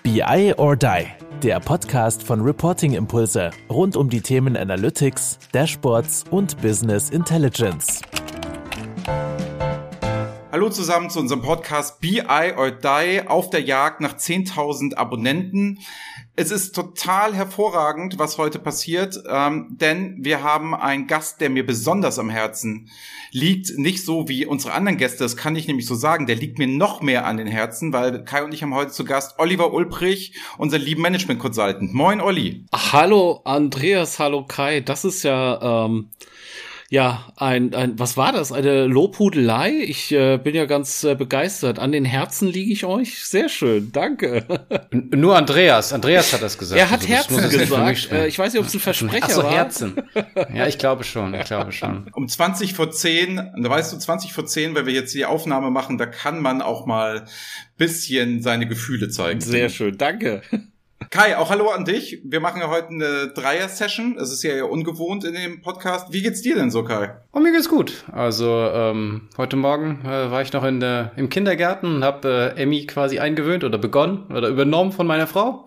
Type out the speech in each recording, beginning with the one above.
BI or Die, der Podcast von Reporting Impulse rund um die Themen Analytics, Dashboards und Business Intelligence. Hallo zusammen zu unserem Podcast BI or Die auf der Jagd nach 10.000 Abonnenten. Es ist total hervorragend, was heute passiert, denn wir haben einen Gast, der mir besonders am Herzen liegt. Nicht so wie unsere anderen Gäste, das kann ich nämlich so sagen. Der liegt mir noch mehr an den Herzen, weil Kai und ich haben heute zu Gast Oliver Ulbrich, unseren lieben Management-Consultant. Moin, Olli. Hallo Andreas, hallo Kai. Das ist ja was war das? Eine Lobhudelei? Ich bin ja ganz begeistert. An den Herzen liege ich euch. Sehr schön, danke. Nur Andreas hat das gesagt. Er hat Herzen gesagt. Ich weiß nicht, ob es ein Versprecher war. Herzen. Ja, ich glaube schon. Um 20 vor 10, da weißt du, 20 vor 10, weil wir jetzt die Aufnahme machen, da kann man auch mal bisschen seine Gefühle zeigen. Sehr schön, danke. Kai, auch hallo an dich. Wir machen ja heute eine Dreier-Session. Es ist ja eher ungewohnt in dem Podcast. Wie geht's dir denn so, Kai? Oh, mir geht's gut. Also heute Morgen war ich noch im Kindergarten und habe Emmy quasi eingewöhnt oder begonnen oder übernommen von meiner Frau.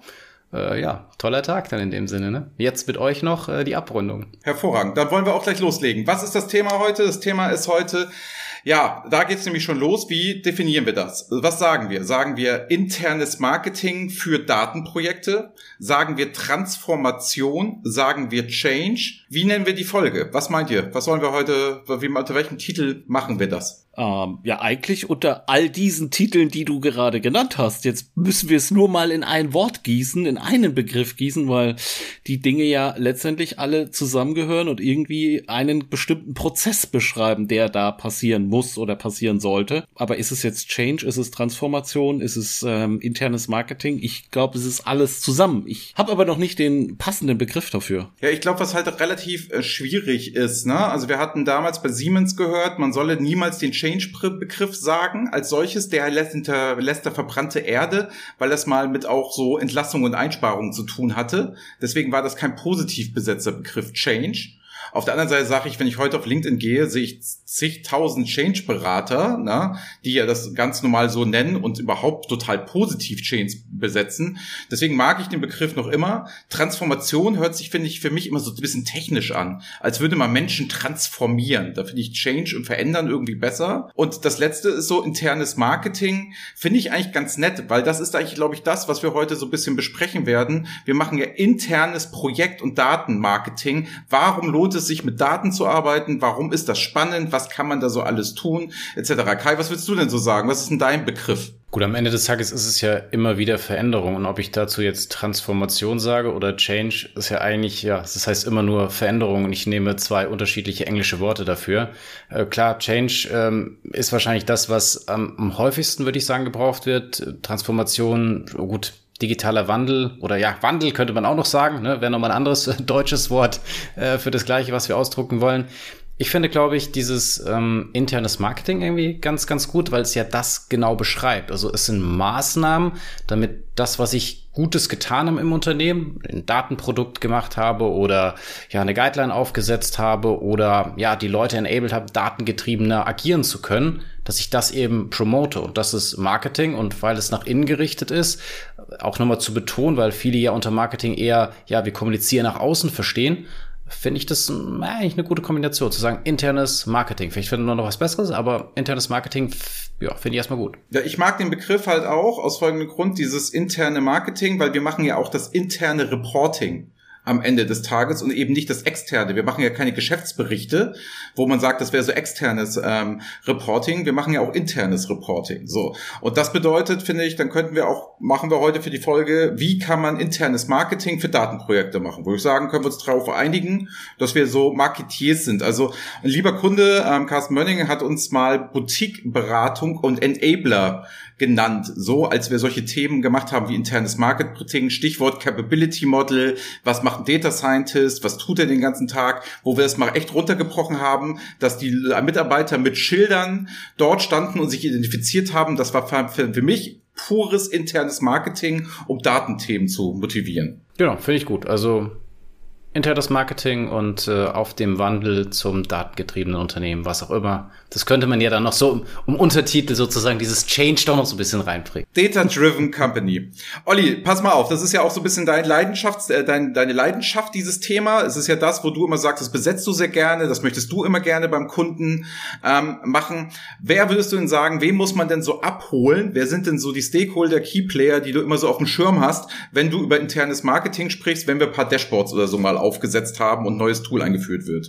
Toller Tag dann in dem Sinne, ne? Jetzt mit euch noch die Abrundung. Hervorragend. Dann wollen wir auch gleich loslegen. Was ist das Thema heute? Das Thema ist heute... Ja, da geht's nämlich schon los. Wie definieren wir das? Was sagen wir? Sagen wir internes Marketing für Datenprojekte? Sagen wir Transformation? Sagen wir Change? Wie nennen wir die Folge? Was meint ihr? Was sollen wir heute, unter welchem Titel machen wir das? Eigentlich unter all diesen Titeln, die du gerade genannt hast. Jetzt müssen wir es nur mal in ein Wort gießen, in einen Begriff gießen, weil die Dinge ja letztendlich alle zusammengehören und irgendwie einen bestimmten Prozess beschreiben, der da passieren muss oder passieren sollte. Aber ist es jetzt Change? Ist es Transformation? Ist es internes Marketing? Ich glaube, es ist alles zusammen. Ich habe aber noch nicht den passenden Begriff dafür. Ja, ich glaube, was halt relativ schwierig ist, ne? Also wir hatten damals bei Siemens gehört, man solle niemals den Change-Begriff sagen als solches, der lässt der verbrannte Erde, weil das mal mit auch so Entlassung und Einsparung zu tun hatte. Deswegen war das kein positiv besetzter Begriff Change. Auf der anderen Seite sage ich, wenn ich heute auf LinkedIn gehe, sehe ich zigtausend Change-Berater, ne, die ja das ganz normal so nennen und überhaupt total positiv Change besetzen. Deswegen mag ich den Begriff noch immer. Transformation hört sich, finde ich, für mich immer so ein bisschen technisch an, als würde man Menschen transformieren. Da finde ich Change und Verändern irgendwie besser. Und das Letzte ist so internes Marketing. Finde ich eigentlich ganz nett, weil das ist eigentlich, glaube ich, das, was wir heute so ein bisschen besprechen werden. Wir machen ja internes Projekt- und Datenmarketing. Warum lohnt es sich mit Daten zu arbeiten? Warum ist das spannend? Was kann man da so alles tun? Etc. Kai, was würdest du denn so sagen? Was ist denn dein Begriff? Gut, am Ende des Tages ist es ja immer wieder Veränderung. Und ob ich dazu jetzt Transformation sage oder Change, ist ja eigentlich, das heißt immer nur Veränderung. Und ich nehme zwei unterschiedliche englische Worte dafür. Klar, Change ist wahrscheinlich das, was am häufigsten, würde ich sagen, gebraucht wird. Transformation, gut, digitaler Wandel oder Wandel könnte man auch noch sagen, ne? Wäre nochmal ein anderes deutsches Wort für das Gleiche, was wir ausdrucken wollen. Ich finde, glaube ich, dieses internes Marketing irgendwie ganz, ganz gut, weil es ja das genau beschreibt. Also es sind Maßnahmen, damit das, was ich Gutes getan habe im Unternehmen, ein Datenprodukt gemacht habe oder eine Guideline aufgesetzt habe oder die Leute enabled habe, datengetriebener agieren zu können, dass ich das eben promote. Und das ist Marketing. Und weil es nach innen gerichtet ist, auch nochmal zu betonen, weil viele ja unter Marketing eher, wir kommunizieren nach außen verstehen, finde ich das eigentlich eine gute Kombination, zu sagen, internes Marketing. Vielleicht finden wir noch was Besseres, aber internes Marketing, finde ich erstmal gut. Ja, ich mag den Begriff halt auch aus folgendem Grund, dieses interne Marketing, weil wir machen ja auch das interne Reporting am Ende des Tages und eben nicht das externe. Wir machen ja keine Geschäftsberichte, wo man sagt, das wäre so externes Reporting. Wir machen ja auch internes Reporting. So. Und das bedeutet, finde ich, dann machen wir heute für die Folge, wie kann man internes Marketing für Datenprojekte machen? Wo ich sagen, können wir uns darauf einigen, dass wir so Marketeers sind. Also ein lieber Kunde, Carsten Mönning, hat uns mal Boutique-Beratung und Enabler genannt, so als wir solche Themen gemacht haben wie internes Marketing, Stichwort Capability Model, was macht ein Data Scientist, was tut er den ganzen Tag, wo wir es mal echt runtergebrochen haben, dass die Mitarbeiter mit Schildern dort standen und sich identifiziert haben. Das war für mich pures internes Marketing, um Datenthemen zu motivieren. Genau, finde ich gut. Also internes Marketing und auf dem Wandel zum datengetriebenen Unternehmen, was auch immer. Das könnte man ja dann noch so um Untertitel sozusagen dieses Change doch noch so ein bisschen reinbringen. Data-driven Company. Olli, pass mal auf, das ist ja auch so ein bisschen deine Leidenschaft, dieses Thema. Es ist ja das, wo du immer sagst, das besetzt du sehr gerne, das möchtest du immer gerne beim Kunden machen. Wer würdest du denn sagen, wen muss man denn so abholen? Wer sind denn so die Stakeholder, Keyplayer, die du immer so auf dem Schirm hast, wenn du über internes Marketing sprichst, wenn wir ein paar Dashboards oder so mal aufgesetzt haben und ein neues Tool eingeführt wird?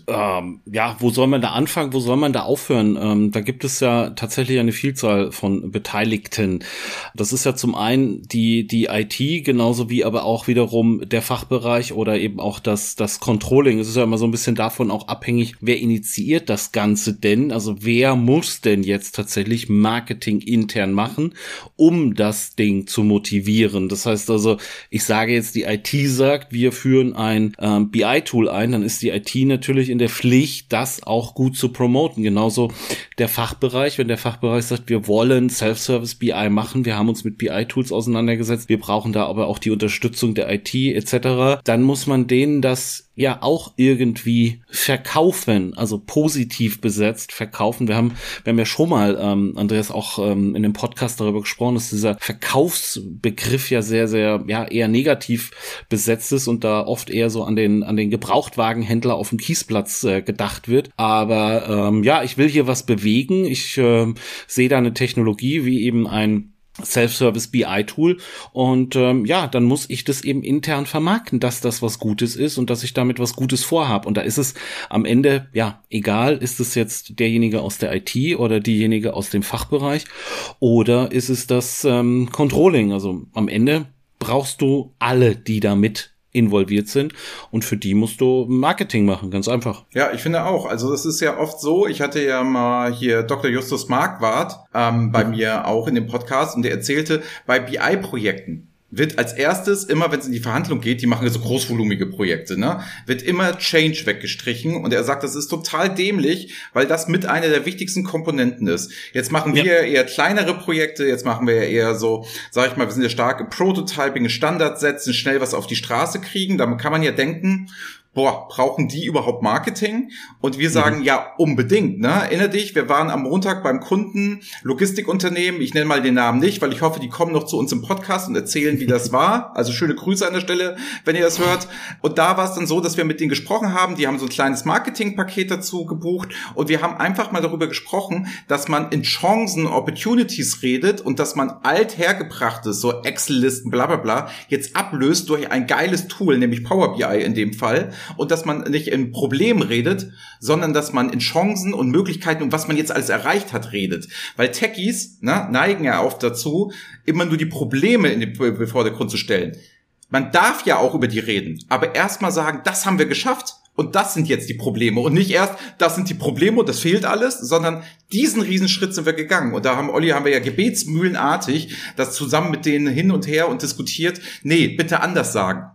Wo soll man da anfangen? Wo soll man da aufhören? Da gibt es ja tatsächlich eine Vielzahl von Beteiligten. Das ist ja zum einen die IT, genauso wie aber auch wiederum der Fachbereich oder eben auch das Controlling. Es ist ja immer so ein bisschen davon auch abhängig, wer initiiert das Ganze denn? Also wer muss denn jetzt tatsächlich Marketing intern machen, um das Ding zu motivieren? Das heißt also, ich sage jetzt, die IT sagt, wir führen ein BI-Tool ein, dann ist die IT natürlich in der Pflicht, das auch gut zu promoten. Genauso der Fachbereich, wenn der Fachbereich sagt, wir wollen Self-Service BI machen, wir haben uns mit BI-Tools auseinandergesetzt, wir brauchen da aber auch die Unterstützung der IT etc., dann muss man denen das ja auch irgendwie verkaufen, also positiv besetzt verkaufen. Wir haben ja schon mal, Andreas, auch in dem Podcast darüber gesprochen, dass dieser Verkaufsbegriff ja sehr, sehr, eher negativ besetzt ist und da oft eher so an den Gebrauchtwagenhändler auf dem Kiesplatz gedacht wird. Aber ich will hier was bewegen. Ich sehe da eine Technologie wie eben ein Self-Service BI-Tool und dann muss ich das eben intern vermarkten, dass das was Gutes ist und dass ich damit was Gutes vorhab. Und da ist es am Ende, egal, ist es jetzt derjenige aus der IT oder diejenige aus dem Fachbereich oder ist es das Controlling. Also am Ende brauchst du alle, die da mit involviert sind und für die musst du Marketing machen, ganz einfach. Ja, ich finde auch. Also das ist ja oft so, ich hatte ja mal hier Dr. Justus Marquardt bei mir auch in dem Podcast und der erzählte, bei BI-Projekten wird als erstes immer, wenn es in die Verhandlung geht, die machen ja so großvolumige Projekte, ne, wird immer Change weggestrichen und er sagt, das ist total dämlich, weil das mit einer der wichtigsten Komponenten ist. Jetzt machen wir eher kleinere Projekte, jetzt machen wir ja eher so, sag ich mal, wir sind ja stark im Prototyping, Standard setzen, schnell was auf die Straße kriegen, da kann man ja denken, brauchen die überhaupt Marketing? Und wir sagen, ja, unbedingt, ne? Erinner dich, wir waren am Montag beim Kunden, Logistikunternehmen, ich nenne mal den Namen nicht, weil ich hoffe, die kommen noch zu uns im Podcast und erzählen, wie das war. Also schöne Grüße an der Stelle, wenn ihr das hört. Und da war es dann so, dass wir mit denen gesprochen haben, die haben so ein kleines Marketingpaket dazu gebucht und wir haben einfach mal darüber gesprochen, dass man in Chancen, Opportunities redet und dass man althergebrachtes, so Excel-Listen, bla bla bla, jetzt ablöst durch ein geiles Tool, nämlich Power BI in dem Fall. Und dass man nicht in Problemen redet, sondern dass man in Chancen und Möglichkeiten und was man jetzt alles erreicht hat redet. Weil Techies neigen ja oft dazu, immer nur die Probleme in den Vordergrund zu stellen. Man darf ja auch über die reden, aber erstmal sagen, das haben wir geschafft und das sind jetzt die Probleme. Und nicht erst, das sind die Probleme und das fehlt alles, sondern diesen Riesenschritt sind wir gegangen. Und da haben wir ja gebetsmühlenartig das zusammen mit denen hin und her und diskutiert. Nee, bitte anders sagen.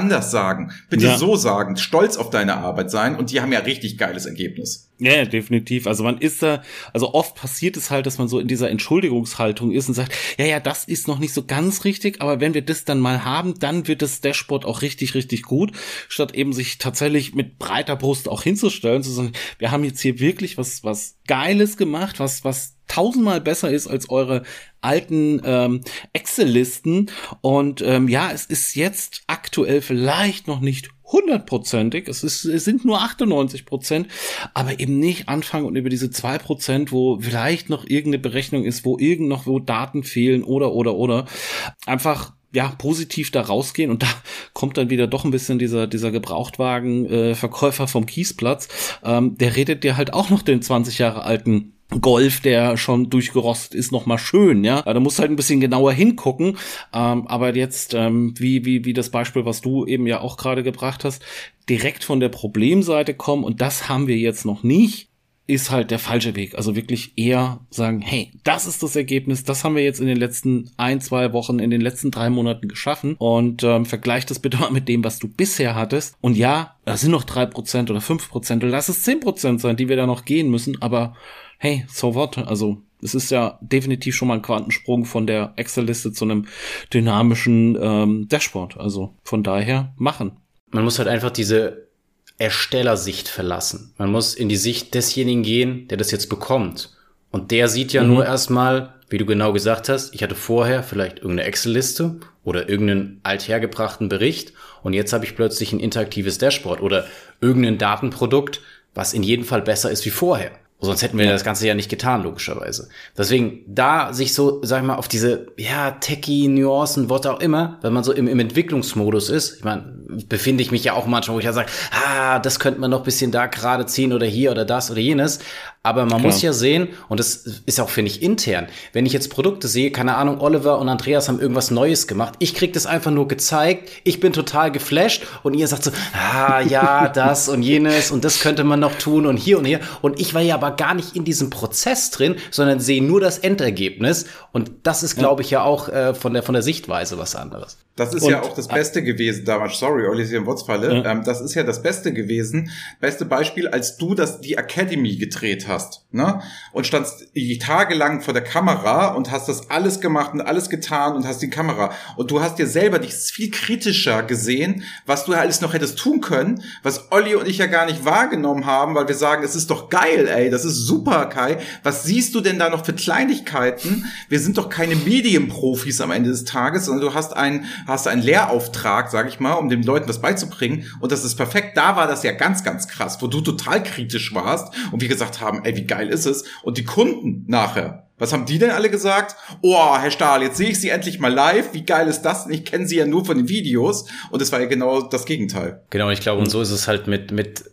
Bitte so sagen. Stolz auf deine Arbeit sein. Und die haben ja richtig geiles Ergebnis. Ja, definitiv. Also man ist da, also oft passiert es halt, dass man so in dieser Entschuldigungshaltung ist und sagt, ja, das ist noch nicht so ganz richtig, aber wenn wir das dann mal haben, dann wird das Dashboard auch richtig, richtig gut, statt eben sich tatsächlich mit breiter Brust auch hinzustellen, zu sagen, wir haben jetzt hier wirklich was Geiles gemacht, was 1000-mal besser ist als eure alten Excel-Listen und es ist jetzt aktuell vielleicht noch nicht 100%ig, es sind nur 98%, aber eben nicht anfangen und über diese 2%, wo vielleicht noch irgendeine Berechnung ist, wo Daten fehlen oder einfach positiv da rausgehen und da kommt dann wieder doch ein bisschen dieser Gebrauchtwagen-Verkäufer vom Kiesplatz, der redet dir halt auch noch den 20 Jahre alten Golf, der schon durchgerostet ist, noch mal schön, ja. Da musst du halt ein bisschen genauer hingucken. Aber jetzt, wie das Beispiel, was du eben ja auch gerade gebracht hast, direkt von der Problemseite kommen und das haben wir jetzt noch nicht, ist halt der falsche Weg. Also wirklich eher sagen, hey, das ist das Ergebnis, das haben wir jetzt in den letzten 1-2 Wochen, in den letzten 3 Monaten geschaffen und vergleich das bitte mal mit dem, was du bisher hattest. Und ja, da sind noch 3% oder 5% oder lass es 10% sein, die wir da noch gehen müssen, aber hey, so what? Also es ist ja definitiv schon mal ein Quantensprung von der Excel-Liste zu einem dynamischen Dashboard. Also von daher machen. Man muss halt einfach diese Erstellersicht verlassen. Man muss in die Sicht desjenigen gehen, der das jetzt bekommt. Und der sieht ja nur erstmal, wie du genau gesagt hast, ich hatte vorher vielleicht irgendeine Excel-Liste oder irgendeinen althergebrachten Bericht und jetzt habe ich plötzlich ein interaktives Dashboard oder irgendein Datenprodukt, was in jedem Fall besser ist wie vorher. Sonst hätten wir das Ganze ja nicht getan, logischerweise. Deswegen, da sich so, sag ich mal, auf diese, Techie-Nuancen, was auch immer, wenn man so im Entwicklungsmodus ist, ich meine, befinde ich mich ja auch manchmal, wo ich ja sage, das könnte man noch ein bisschen da gerade ziehen oder hier oder das oder jenes. Aber man muss ja sehen, und das ist auch, finde ich, intern, wenn ich jetzt Produkte sehe, keine Ahnung, Oliver und Andreas haben irgendwas Neues gemacht, ich krieg das einfach nur gezeigt, ich bin total geflasht und ihr sagt so, das und jenes und das könnte man noch tun und hier und ich war ja aber gar nicht in diesem Prozess drin, sondern sehe nur das Endergebnis und das ist, glaube ich, ja auch von der Sichtweise was anderes. Das ist ja auch das Beste gewesen damals. Sorry, Olli, Sie in Wortsfalle. Ja. Das ist ja das Beste gewesen. Beste Beispiel, als du die Academy gedreht hast, ne? Und standst tagelang vor der Kamera und hast das alles gemacht und alles getan und hast die Kamera. Und du hast dir selber dich viel kritischer gesehen, was du alles noch hättest tun können, was Olli und ich ja gar nicht wahrgenommen haben, weil wir sagen, es ist doch geil, ey, das ist super, Kai. Was siehst du denn da noch für Kleinigkeiten? Wir sind doch keine Medienprofis am Ende des Tages, sondern du hast einen Lehrauftrag, sag ich mal, um den Leuten was beizubringen und das ist perfekt. Da war das ja ganz, ganz krass, wo du total kritisch warst und wir gesagt haben, ey, wie geil ist es? Und die Kunden nachher, was haben die denn alle gesagt? Oh, Herr Stahl, jetzt sehe ich Sie endlich mal live. Wie geil ist das denn? Ich kenne Sie ja nur von den Videos und es war ja genau das Gegenteil. Genau, ich glaube, und so ist es halt mit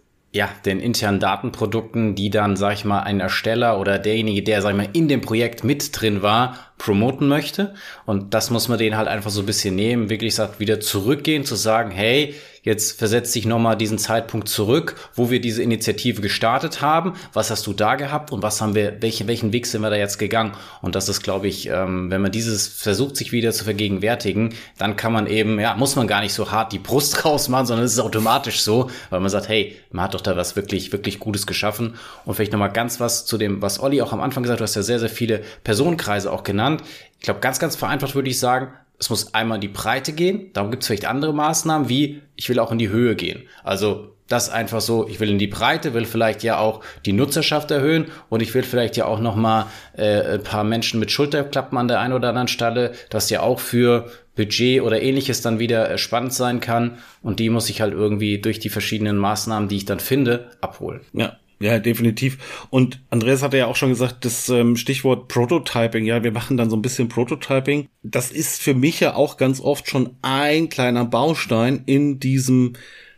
den internen Datenprodukten, die dann, sag ich mal, ein Ersteller oder derjenige, der, sag ich mal, in dem Projekt mit drin war, promoten möchte. Und das muss man denen halt einfach so ein bisschen nehmen, wirklich sagt, wieder zurückgehen, zu sagen, hey, jetzt versetz dich nochmal diesen Zeitpunkt zurück, wo wir diese Initiative gestartet haben. Was hast du da gehabt und welchen Weg sind wir da jetzt gegangen? Und das ist, glaube ich, wenn man dieses versucht, sich wieder zu vergegenwärtigen, dann kann man eben, muss man gar nicht so hart die Brust rausmachen, sondern es ist automatisch so, weil man sagt, hey, man hat doch da was wirklich, wirklich Gutes geschaffen. Und vielleicht nochmal ganz was zu dem, was Olli auch am Anfang gesagt hat, du hast ja sehr, sehr viele Personenkreise auch genannt. Ich glaube, ganz, ganz vereinfacht würde ich sagen, es muss einmal in die Breite gehen, darum gibt es vielleicht andere Maßnahmen, wie ich will auch in die Höhe gehen. Also das einfach so, ich will in die Breite, will vielleicht ja auch die Nutzerschaft erhöhen und ich will vielleicht ja auch nochmal ein paar Menschen mit Schulterklappen an der einen oder anderen Stelle, das ja auch für Budget oder ähnliches dann wieder spannend sein kann und die muss ich halt irgendwie durch die verschiedenen Maßnahmen, die ich dann finde, abholen. Ja, definitiv. Und Andreas hatte ja auch schon gesagt, das Stichwort Prototyping, wir machen dann so ein bisschen Prototyping. Das ist für mich ja auch ganz oft schon ein kleiner Baustein in diesem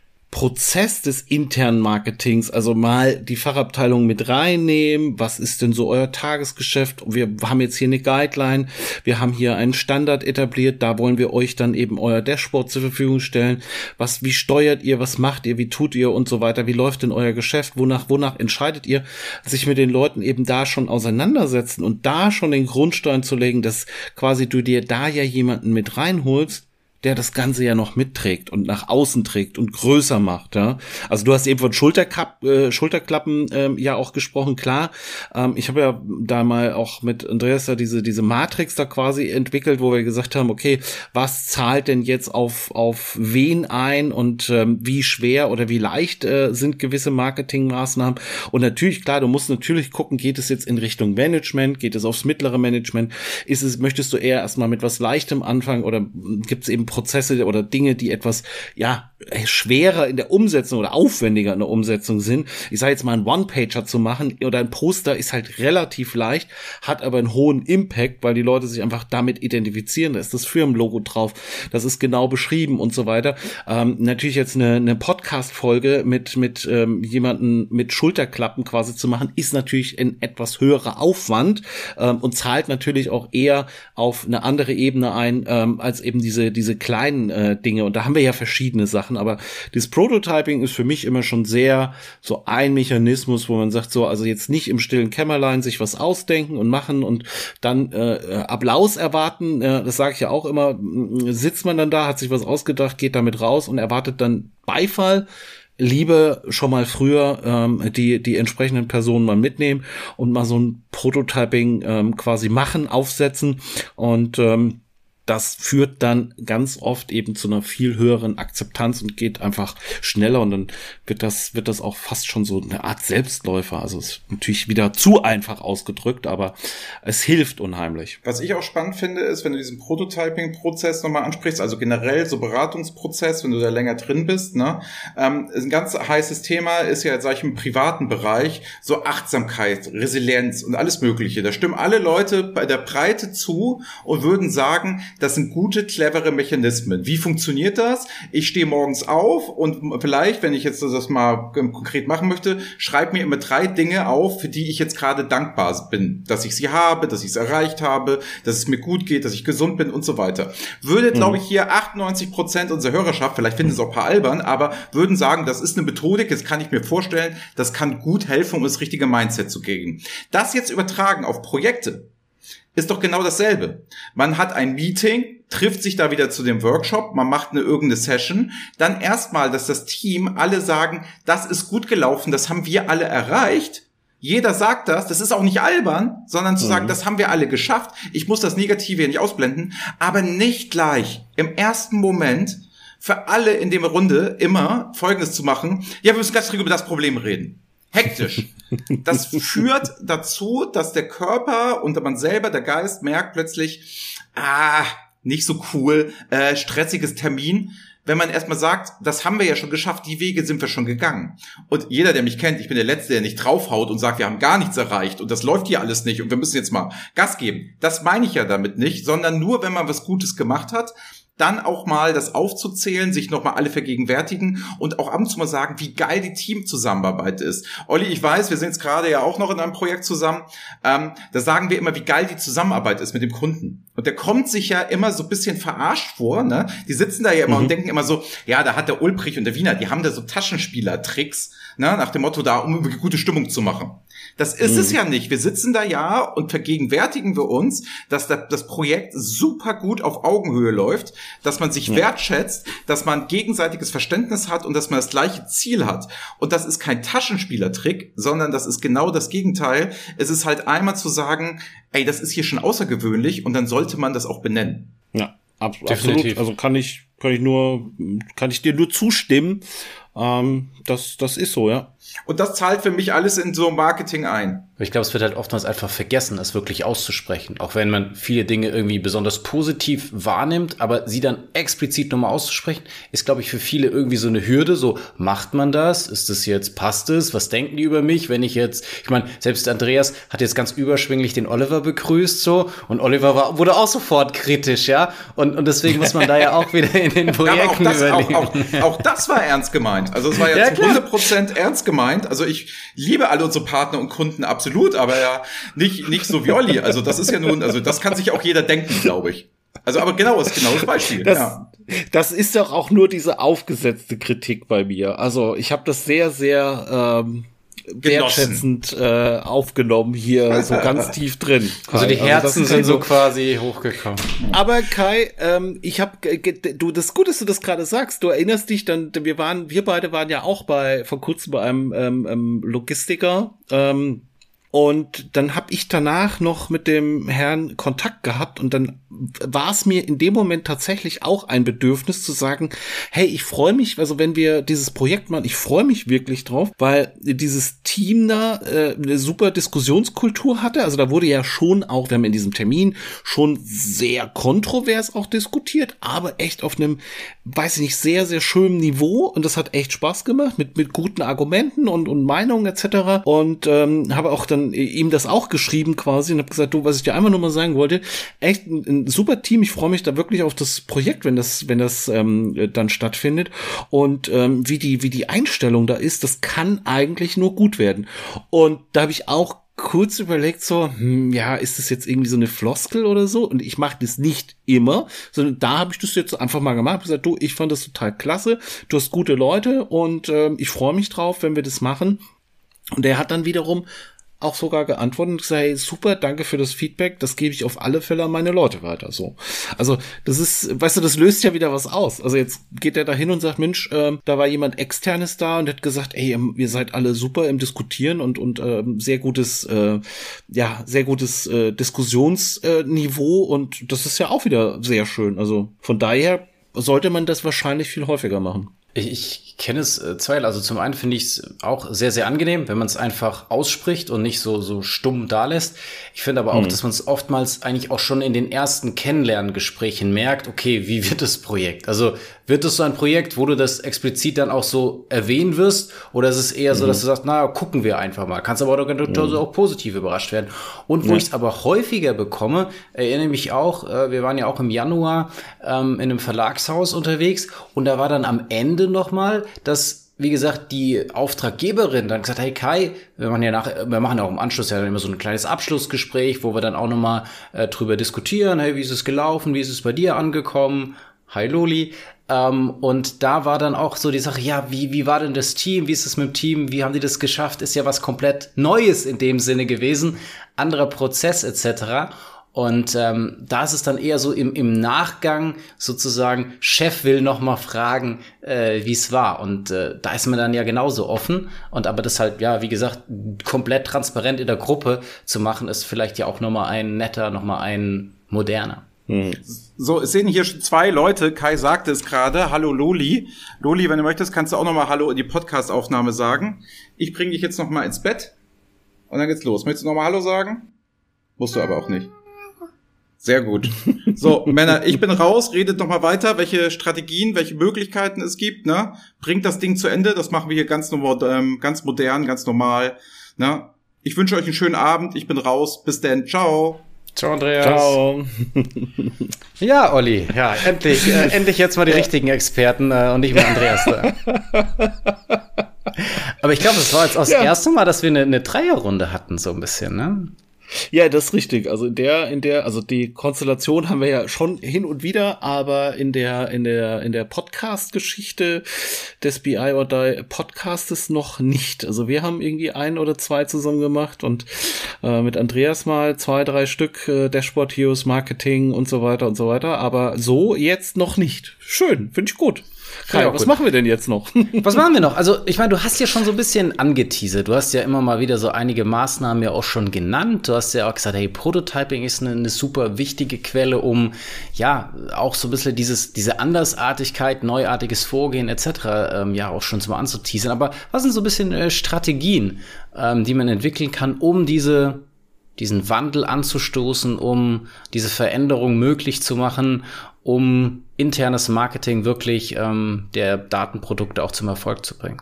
Prozess des internen Marketings, also mal die Fachabteilung mit reinnehmen, was ist denn so euer Tagesgeschäft, wir haben jetzt hier eine Guideline, wir haben hier einen Standard etabliert, da wollen wir euch dann eben euer Dashboard zur Verfügung stellen, wie steuert ihr, was macht ihr, wie tut ihr und so weiter, wie läuft denn euer Geschäft, wonach entscheidet ihr, sich mit den Leuten eben da schon auseinandersetzen und da schon den Grundstein zu legen, dass quasi du dir da ja jemanden mit reinholst, der das Ganze ja noch mitträgt und nach außen trägt und größer macht, ja. Also du hast eben von Schulterklappen ja auch gesprochen, klar. Ich habe ja da mal auch mit Andreas da diese Matrix da quasi entwickelt, wo wir gesagt haben, okay, was zahlt denn jetzt auf wen ein und wie schwer oder wie leicht sind gewisse Marketingmaßnahmen. Und natürlich, klar, du musst natürlich gucken, geht es jetzt in Richtung Management, geht es aufs mittlere Management, möchtest du eher erstmal mit was Leichtem anfangen oder gibt es eben Prozesse oder Dinge, die etwas schwerer in der Umsetzung oder aufwendiger in der Umsetzung sind. Ich sage jetzt mal, einen One-Pager zu machen oder ein Poster ist halt relativ leicht, hat aber einen hohen Impact, weil die Leute sich einfach damit identifizieren. Da ist das Firmenlogo drauf, das ist genau beschrieben und so weiter. Natürlich jetzt eine Podcast-Folge mit jemanden mit Schulterklappen quasi zu machen, ist natürlich ein etwas höherer Aufwand und zahlt natürlich auch eher auf eine andere Ebene ein, als eben diese kleinen Dinge. Und da haben wir ja verschiedene Sachen, aber das Prototyping ist für mich immer schon sehr so ein Mechanismus, wo man sagt so, also jetzt nicht im stillen Kämmerlein sich was ausdenken und machen und dann Applaus erwarten, das sage ich ja auch immer, sitzt man dann da, hat sich was ausgedacht, geht damit raus und erwartet dann Beifall. Lieber schon mal früher die entsprechenden Personen mal mitnehmen und mal so ein Prototyping quasi machen, aufsetzen und das führt dann ganz oft eben zu einer viel höheren Akzeptanz und geht einfach schneller und dann wird das auch fast schon so eine Art Selbstläufer. Also es ist natürlich wieder zu einfach ausgedrückt, aber es hilft unheimlich. Was ich auch spannend finde, ist, wenn du diesen Prototyping-Prozess nochmal ansprichst, also generell so Beratungsprozess, wenn du da länger drin bist, ne, ein ganz heißes Thema ist ja, sag ich, im privaten Bereich so Achtsamkeit, Resilienz und alles Mögliche. Da stimmen alle Leute bei der Breite zu und würden sagen, das sind gute, clevere Mechanismen. Wie funktioniert das? Ich stehe morgens auf und vielleicht, wenn ich jetzt das mal konkret machen möchte, schreibe mir immer 3 Dinge auf, für die ich jetzt gerade dankbar bin. Dass ich sie habe, dass ich es erreicht habe, dass es mir gut geht, dass ich gesund bin und so weiter. Würde, glaube ich, hier 98% unserer Hörerschaft, vielleicht finden es auch ein paar albern, aber würden sagen, das ist eine Methodik, das kann ich mir vorstellen, das kann gut helfen, um das richtige Mindset zu kriegen. Das jetzt übertragen auf Projekte, ist doch genau dasselbe. Man hat ein Meeting, trifft sich da wieder zu dem Workshop, man macht irgendeine Session, dann erstmal, dass das Team alle sagen, das ist gut gelaufen, das haben wir alle erreicht. Jeder sagt das ist auch nicht albern, sondern zu sagen, das haben wir alle geschafft. Ich muss das Negative hier nicht ausblenden, aber nicht gleich im ersten Moment für alle in der Runde immer Folgendes zu machen. Ja, wir müssen ganz dringend über das Problem reden. Hektisch. Das führt dazu, dass der Körper und man selber, der Geist, merkt plötzlich, nicht so cool, stressiges Termin. Wenn man erstmal sagt, das haben wir ja schon geschafft, die Wege sind wir schon gegangen. Und jeder, der mich kennt, ich bin der Letzte, der nicht draufhaut und sagt, wir haben gar nichts erreicht und das läuft hier alles nicht und wir müssen jetzt mal Gas geben. Das meine ich ja damit nicht, sondern nur, wenn man was Gutes gemacht hat, dann auch mal das aufzuzählen, sich nochmal alle vergegenwärtigen und auch ab und zu mal sagen, wie geil die Teamzusammenarbeit ist. Olli, ich weiß, wir sind jetzt gerade ja auch noch in einem Projekt zusammen, da sagen wir immer, wie geil die Zusammenarbeit ist mit dem Kunden. Und der kommt sich ja immer so ein bisschen verarscht vor, ne? Die sitzen da ja immer und denken immer so, ja, da hat der Ulbrich und der Wiener, die haben da so Taschenspieler-Tricks, ne? Nach dem Motto da, um eine gute Stimmung zu machen. Das ist es ja nicht. Wir sitzen da ja und vergegenwärtigen wir uns, dass das Projekt super gut auf Augenhöhe läuft, dass man sich wertschätzt, dass man gegenseitiges Verständnis hat und dass man das gleiche Ziel hat. Und das ist kein Taschenspielertrick, sondern das ist genau das Gegenteil. Es ist halt einmal zu sagen, ey, das ist hier schon außergewöhnlich und dann sollte man das auch benennen. Ja, absolut. Also kann ich dir nur zustimmen. Das ist so, ja. Und das zahlt für mich alles in so Marketing ein. Ich glaube, es wird halt oftmals einfach vergessen, es wirklich auszusprechen. Auch wenn man viele Dinge irgendwie besonders positiv wahrnimmt, aber sie dann explizit nochmal auszusprechen, ist, glaube ich, für viele irgendwie so eine Hürde. So, macht man das? Ist das jetzt, passt es? Was denken die über mich, wenn ich meine, selbst Andreas hat jetzt ganz überschwinglich den Oliver begrüßt, so, und Oliver wurde auch sofort kritisch, ja. Und deswegen muss man da ja auch wieder in den Projekten überlegen. Auch das war ernst gemeint. Also es war ja zu 100% ernst gemeint. Also ich liebe alle unsere Partner und Kunden absolut, aber ja nicht so wie Olli. Also das ist ja nun, also das kann sich auch jeder denken, glaube ich. Also aber genau, ist genau das Beispiel. Das ist doch auch nur diese aufgesetzte Kritik bei mir. Also ich habe das sehr, sehr wertschätzend aufgenommen hier, so ganz tief drin. Kai. Also die Herzen sind so quasi hochgekommen. Aber Kai, das Gute, dass du das gerade sagst. Du erinnerst dich dann, wir beide waren ja auch vor kurzem bei einem Logistiker. Und dann habe ich danach noch mit dem Herrn Kontakt gehabt und dann war es mir in dem Moment tatsächlich auch ein Bedürfnis zu sagen, hey, ich freue mich, also wenn wir dieses Projekt machen, ich freue mich wirklich drauf, weil dieses Team da eine super Diskussionskultur hatte. Also da wurde ja schon auch, wir haben in diesem Termin schon sehr kontrovers auch diskutiert, aber echt auf einem, weiß ich nicht, sehr, sehr schönen Niveau und das hat echt Spaß gemacht mit guten Argumenten und Meinungen etc. Und habe auch dann ihm das auch geschrieben quasi und habe gesagt, du, was ich dir einfach nur mal sagen wollte, echt ein super Team, ich freue mich da wirklich auf das Projekt, wenn das dann stattfindet und wie die Einstellung da ist, das kann eigentlich nur gut werden. Und da habe ich auch kurz überlegt so, ist das jetzt irgendwie so eine Floskel oder so? Und ich mache das nicht immer, sondern da habe ich das jetzt einfach mal gemacht. Ich habe gesagt, du, ich fand das total klasse, du hast gute Leute und ich freue mich drauf, wenn wir das machen. Und er hat dann wiederum auch sogar geantwortet und gesagt, hey, super, danke für das Feedback, das gebe ich auf alle Fälle an meine Leute weiter, so. Also, das ist, weißt du, das löst ja wieder was aus. Also jetzt geht er da hin und sagt, Mensch, da war jemand Externes da und hat gesagt, ey, ihr seid alle super im Diskutieren und sehr gutes Diskussionsniveau und das ist ja auch wieder sehr schön. Also von daher sollte man das wahrscheinlich viel häufiger machen. Ich kenne es zweierlei. Also zum einen finde ich es auch sehr, sehr angenehm, wenn man es einfach ausspricht und nicht so stumm da lässt. Ich finde aber auch, dass man es oftmals eigentlich auch schon in den ersten Kennenlerngesprächen merkt, okay, wie wird das Projekt? Also wird es so ein Projekt, wo du das explizit dann auch so erwähnen wirst? Oder ist es eher so, dass du sagst, na, gucken wir einfach mal. Kannst aber auch positiv überrascht werden. Und wo ich es aber häufiger bekomme, erinnere mich auch, wir waren ja auch im Januar in einem Verlagshaus unterwegs und da war dann am Ende nochmal, dass, wie gesagt, die Auftraggeberin dann gesagt hat, hey Kai, wir machen ja auch im Anschluss ja dann immer so ein kleines Abschlussgespräch, wo wir dann auch nochmal drüber diskutieren, hey, wie ist es gelaufen, wie ist es bei dir angekommen? Hi Loli. Und da war dann auch so die Sache, ja, wie war denn das Team, wie ist es mit dem Team, wie haben die das geschafft, ist ja was komplett Neues in dem Sinne gewesen, anderer Prozess etc. Und da ist es dann eher so im Nachgang sozusagen, Chef will noch mal fragen, wie es war. Und da ist man dann ja genauso offen. Und aber das halt, ja, wie gesagt, komplett transparent in der Gruppe zu machen, ist vielleicht ja auch noch mal ein netter, noch mal ein moderner. So, es sehen hier schon 2 Leute. Kai sagte es gerade. Hallo Loli. Loli, wenn du möchtest, kannst du auch noch mal Hallo in die Podcast-Aufnahme sagen. Ich bringe dich jetzt noch mal ins Bett. Und dann geht's los. Möchtest du noch mal Hallo sagen? Musst du aber auch nicht. Sehr gut. So, Männer, ich bin raus, redet noch mal weiter, welche Strategien, welche Möglichkeiten es gibt, ne? Bringt das Ding zu Ende, das machen wir hier ganz modern, ganz normal, ne? Ich wünsche euch einen schönen Abend, ich bin raus, bis dann, ciao. Ciao, Andreas. Ciao. Ja, Olli, ja, endlich jetzt mal die richtigen Experten und nicht mehr Andreas da. Aber ich glaube, es war jetzt auch das erste Mal, dass wir eine Dreierrunde hatten, so ein bisschen, ne? Ja, das ist richtig. Also also die Konstellation haben wir ja schon hin und wieder, aber in der Podcast-Geschichte des BI or Die Podcastes noch nicht. Also wir haben irgendwie 1 oder 2 zusammen gemacht und mit Andreas mal 2, 3 Stück Dashboard Heroes, Marketing und so weiter, aber so jetzt noch nicht. Schön, finde ich gut. Kai, was machen wir denn jetzt noch? Was machen wir noch? Also, ich meine, du hast ja schon so ein bisschen angeteasert. Du hast ja immer mal wieder so einige Maßnahmen ja auch schon genannt. Du hast ja auch gesagt, hey, Prototyping ist eine super wichtige Quelle, um ja auch so ein bisschen diese Andersartigkeit, neuartiges Vorgehen etc. Ja auch schon mal anzuteasern. Aber was sind so ein bisschen Strategien, die man entwickeln kann, um diesen Wandel anzustoßen, um diese Veränderung möglich zu machen, um internes Marketing wirklich der Datenprodukte auch zum Erfolg zu bringen?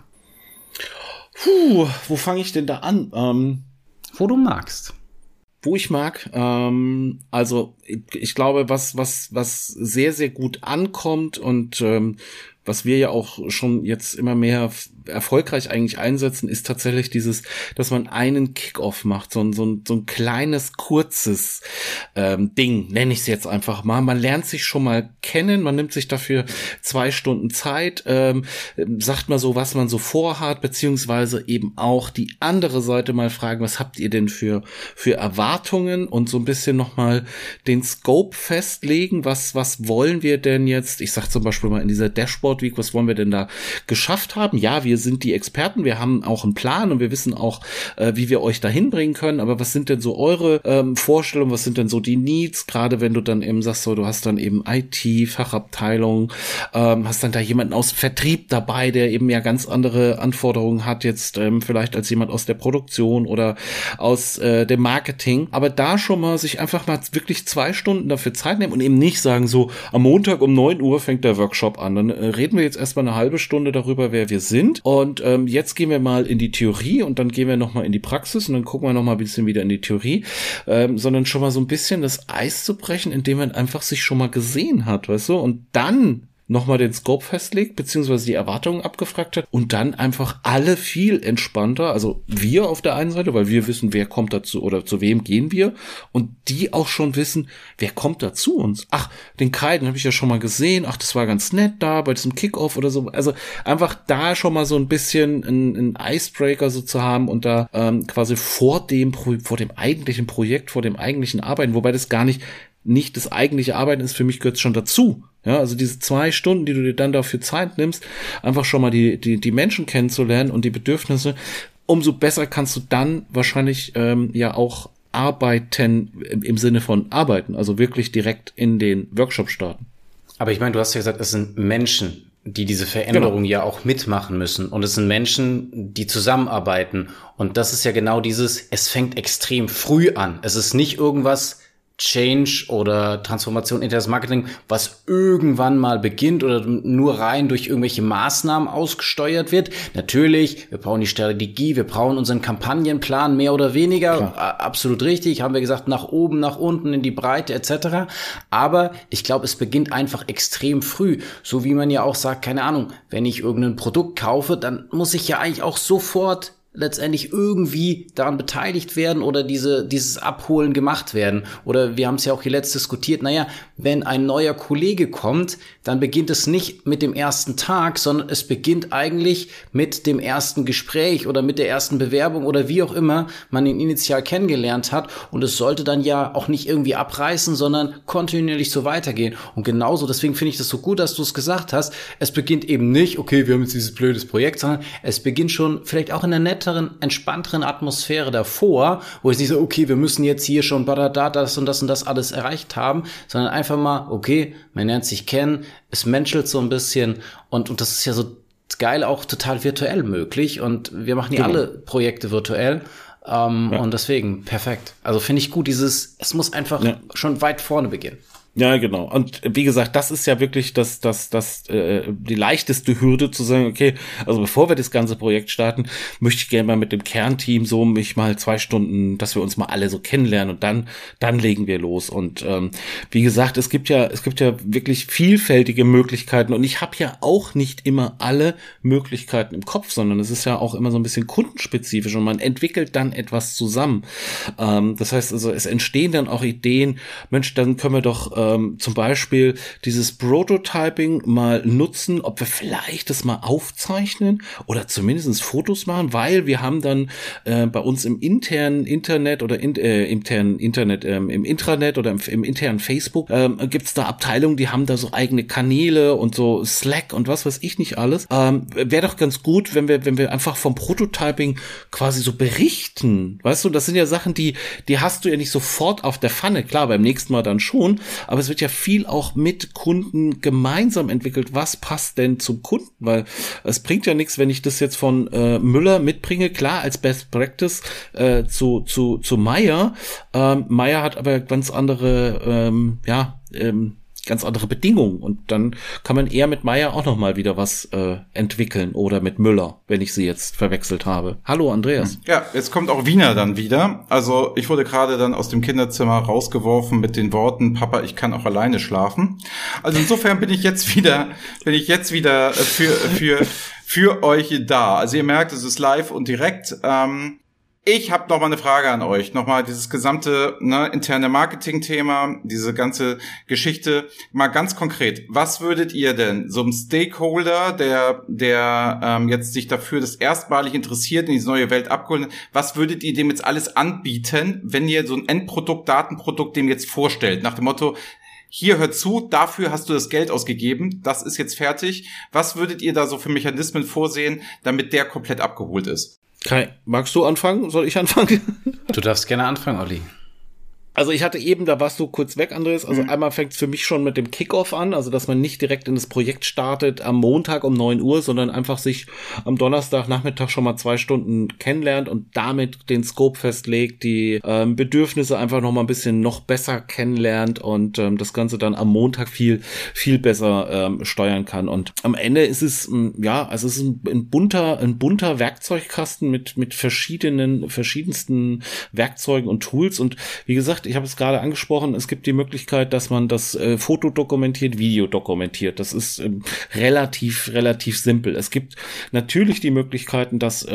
Wo fange ich denn da an? Wo du magst. Wo ich mag. Also ich glaube, was sehr, sehr gut ankommt und was wir ja auch schon jetzt immer mehr erfolgreich eigentlich einsetzen, ist tatsächlich dass man einen Kickoff macht, so ein kleines, kurzes Ding, nenne ich es jetzt einfach mal. Man lernt sich schon mal kennen, man nimmt sich dafür 2 Stunden Zeit, sagt mal so, was man so vorhat, beziehungsweise eben auch die andere Seite mal fragen, was habt ihr denn für Erwartungen und so ein bisschen nochmal den Scope festlegen, was wollen wir denn jetzt, ich sag zum Beispiel mal in dieser Dashboard Week, was wollen wir denn da geschafft haben? Ja, wir sind die Experten, wir haben auch einen Plan und wir wissen auch, wie wir euch dahin bringen können, aber was sind denn so eure Vorstellungen, was sind denn so die Needs, gerade wenn du dann eben sagst, so, du hast dann eben IT, Fachabteilung, hast dann da jemanden aus Vertrieb dabei, der eben ja ganz andere Anforderungen hat jetzt vielleicht als jemand aus der Produktion oder aus dem Marketing, aber da schon mal sich einfach mal wirklich 2 Stunden dafür Zeit nehmen und eben nicht sagen, so, am Montag um 9 Uhr fängt der Workshop an, dann reden wir jetzt erstmal eine halbe Stunde darüber, wer wir sind und jetzt gehen wir mal in die Theorie und dann gehen wir nochmal in die Praxis und dann gucken wir nochmal ein bisschen wieder in die Theorie, sondern schon mal so ein bisschen das Eis zu brechen, indem man einfach sich schon mal gesehen hat, weißt du, und dann nochmal den Scope festlegt, beziehungsweise die Erwartungen abgefragt hat und dann einfach alle viel entspannter, also wir auf der einen Seite, weil wir wissen, wer kommt dazu oder zu wem gehen wir und die auch schon wissen, wer kommt da zu uns. Ach, den Kai, den habe ich ja schon mal gesehen, ach, das war ganz nett da bei diesem Kickoff oder so. Also einfach da schon mal so ein bisschen ein Icebreaker so zu haben und da quasi vor dem eigentlichen Projekt, vor dem eigentlichen Arbeiten, wobei das gar nicht das eigentliche Arbeiten ist, für mich gehört es schon dazu. Ja, also diese 2 Stunden, die du dir dann dafür Zeit nimmst, einfach schon mal die Menschen kennenzulernen und die Bedürfnisse, umso besser kannst du dann wahrscheinlich ja auch arbeiten im Sinne von arbeiten, also wirklich direkt in den Workshop starten. Aber ich meine, du hast ja gesagt, es sind Menschen, die diese Veränderung ja auch mitmachen müssen. Und es sind Menschen, die zusammenarbeiten. Und das ist ja genau es fängt extrem früh an. Es ist nicht irgendwas Change oder Transformation internes Marketing, was irgendwann mal beginnt oder nur rein durch irgendwelche Maßnahmen ausgesteuert wird. Natürlich, wir brauchen die Strategie, wir brauchen unseren Kampagnenplan mehr oder weniger. Klar. Absolut richtig, haben wir gesagt, nach oben, nach unten, in die Breite etc. Aber ich glaube, es beginnt einfach extrem früh. So wie man ja auch sagt, keine Ahnung, wenn ich irgendein Produkt kaufe, dann muss ich ja eigentlich auch sofort letztendlich irgendwie daran beteiligt werden oder dieses Abholen gemacht werden. Oder wir haben es ja auch hier letzt diskutiert, wenn ein neuer Kollege kommt, dann beginnt es nicht mit dem ersten Tag, sondern es beginnt eigentlich mit dem ersten Gespräch oder mit der ersten Bewerbung oder wie auch immer man ihn initial kennengelernt hat. Und es sollte dann ja auch nicht irgendwie abreißen, sondern kontinuierlich so weitergehen. Und genauso, deswegen finde ich das so gut, dass du es gesagt hast, es beginnt eben nicht, okay, wir haben jetzt dieses blödes Projekt, sondern es beginnt schon vielleicht auch in der entspannteren Atmosphäre davor, wo ich nicht so, okay, wir müssen jetzt hier schon das und das alles erreicht haben, sondern einfach mal, okay, man lernt sich kennen, es menschelt so ein bisschen und das ist ja so geil auch total virtuell möglich und wir machen ja alle Projekte virtuell und deswegen perfekt. Also finde ich gut, es muss einfach schon weit vorne beginnen. Ja, genau. Und wie gesagt, das ist ja wirklich die leichteste Hürde zu sagen, okay, also bevor wir das ganze Projekt starten, möchte ich gerne mal mit dem Kernteam so mich mal 2 Stunden, dass wir uns mal alle so kennenlernen und dann legen wir los. Und wie gesagt, es gibt ja wirklich vielfältige Möglichkeiten und ich habe ja auch nicht immer alle Möglichkeiten im Kopf, sondern es ist ja auch immer so ein bisschen kundenspezifisch und man entwickelt dann etwas zusammen. Das heißt also, es entstehen dann auch Ideen, Mensch, dann können wir doch zum Beispiel dieses Prototyping mal nutzen, ob wir vielleicht das mal aufzeichnen oder zumindest Fotos machen, weil wir haben dann bei uns im internen Internet oder im Intranet oder im internen Facebook gibt's da Abteilungen, die haben da so eigene Kanäle und so Slack und was weiß ich nicht alles. Wäre doch ganz gut, wenn wir einfach vom Prototyping quasi so berichten. Weißt du, das sind ja Sachen, die hast du ja nicht sofort auf der Pfanne. Klar, beim nächsten Mal dann schon, aber es wird ja viel auch mit Kunden gemeinsam entwickelt. Was passt denn zum Kunden? Weil es bringt ja nichts, wenn ich das jetzt von Müller mitbringe, klar, als Best Practice zu Meier. Meier hat aber ganz andere ganz andere Bedingungen und dann kann man eher mit Meier auch noch mal wieder was entwickeln oder mit Müller, wenn ich sie jetzt verwechselt habe. Hallo Andreas. Ja, jetzt kommt auch Wiener dann wieder. Also ich wurde gerade dann aus dem Kinderzimmer rausgeworfen mit den Worten, Papa, ich kann auch alleine schlafen. Also insofern bin ich jetzt wieder für euch da. Also ihr merkt, es ist live und direkt. Ich habe noch mal eine Frage an euch. Nochmal dieses gesamte interne Marketing-Thema, diese ganze Geschichte. Mal ganz konkret, was würdet ihr denn so einem Stakeholder, der jetzt sich dafür das erstmalig interessiert, in diese neue Welt abgeholt, was würdet ihr dem jetzt alles anbieten, wenn ihr so ein Endprodukt, Datenprodukt dem jetzt vorstellt? Nach dem Motto, hier, hör zu, dafür hast du das Geld ausgegeben, das ist jetzt fertig. Was würdet ihr da so für Mechanismen vorsehen, damit der komplett abgeholt ist? Kai, magst du anfangen? Soll ich anfangen? Du darfst gerne anfangen, Olli. Also ich hatte eben, da warst du kurz weg, Andreas, also einmal fängt es für mich schon mit dem Kickoff an, also dass man nicht direkt in das Projekt startet am Montag um 9 Uhr, sondern einfach sich am Donnerstagnachmittag schon mal 2 Stunden kennenlernt und damit den Scope festlegt, die Bedürfnisse einfach noch mal ein bisschen noch besser kennenlernt und das Ganze dann am Montag viel, viel besser steuern kann. Und am Ende ist es, es ist ein bunter Werkzeugkasten mit verschiedensten Werkzeugen und Tools und wie gesagt, gesagt, ich habe es gerade angesprochen, es gibt die Möglichkeit, dass man das Foto dokumentiert, Video dokumentiert. Das ist relativ simpel. Es gibt natürlich die Möglichkeiten, dass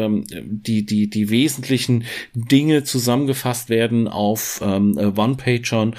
die wesentlichen Dinge zusammengefasst werden auf One-Pagern,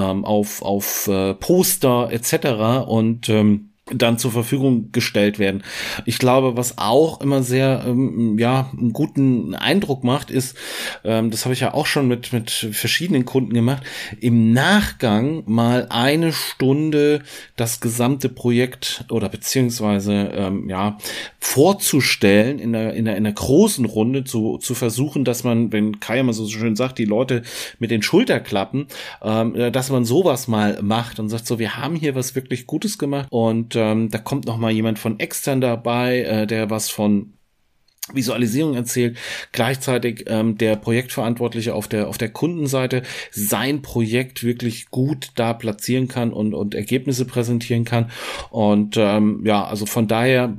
auf Poster etc. und dann zur Verfügung gestellt werden. Ich glaube, was auch immer sehr einen guten Eindruck macht, ist, das habe ich ja auch schon mit verschiedenen Kunden gemacht, im Nachgang mal eine Stunde das gesamte Projekt oder beziehungsweise vorzustellen in einer großen Runde, zu versuchen, dass man, wenn Kai immer so schön sagt, die Leute mit den Schulterklappen, dass man sowas mal macht und sagt so, wir haben hier was wirklich Gutes gemacht und da kommt noch mal jemand von extern dabei, der was von Visualisierung erzählt, gleichzeitig der Projektverantwortliche auf der Kundenseite sein Projekt wirklich gut da platzieren kann und Ergebnisse präsentieren kann und also von daher